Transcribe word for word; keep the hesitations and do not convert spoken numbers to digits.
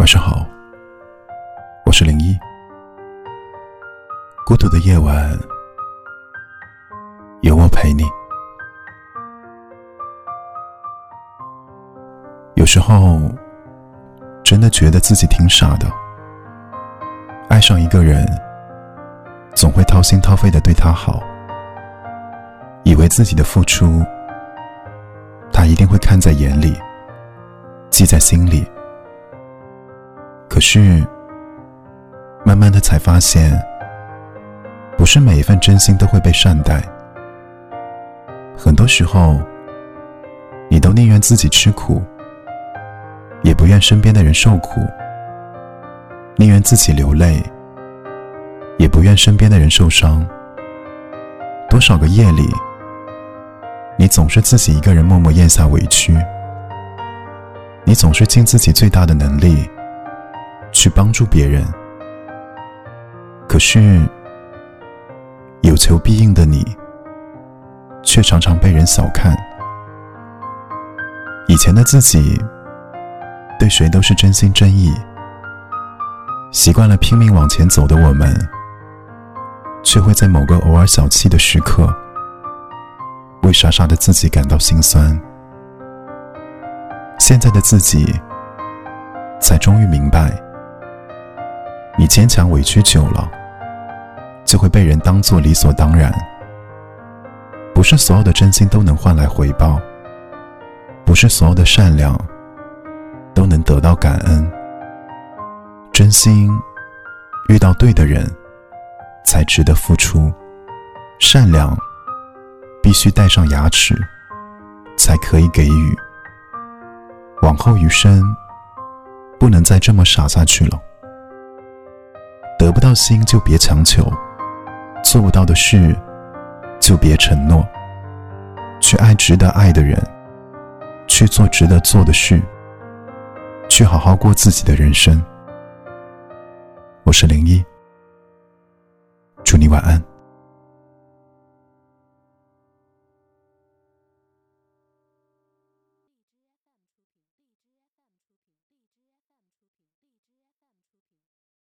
晚上好，我是零一。孤独的夜晚，有我陪你。有时候真的觉得自己挺傻的，爱上一个人总会掏心掏肺地对他好，以为自己的付出他一定会看在眼里，记在心里。可是慢慢的才发现，不是每一份真心都会被善待。很多时候你都宁愿自己吃苦，也不愿身边的人受苦，宁愿自己流泪，也不愿身边的人受伤。多少个夜里，你总是自己一个人默默咽下委屈，你总是尽自己最大的能力去帮助别人，可是有求必应的你却常常被人小看。以前的自己对谁都是真心真意，习惯了拼命往前走的我们，却会在某个偶尔小气的时刻为傻傻的自己感到心酸。现在的自己才终于明白，你坚强委屈久了，就会被人当作理所当然。不是所有的真心都能换来回报，不是所有的善良都能得到感恩。真心遇到对的人才值得付出，善良必须带上牙齿才可以给予。往后余生不能再这么傻下去了。得不到心就别强求，做不到的事就别承诺。去爱值得爱的人，去做值得做的事，去好好过自己的人生。我是零一，祝你晚安。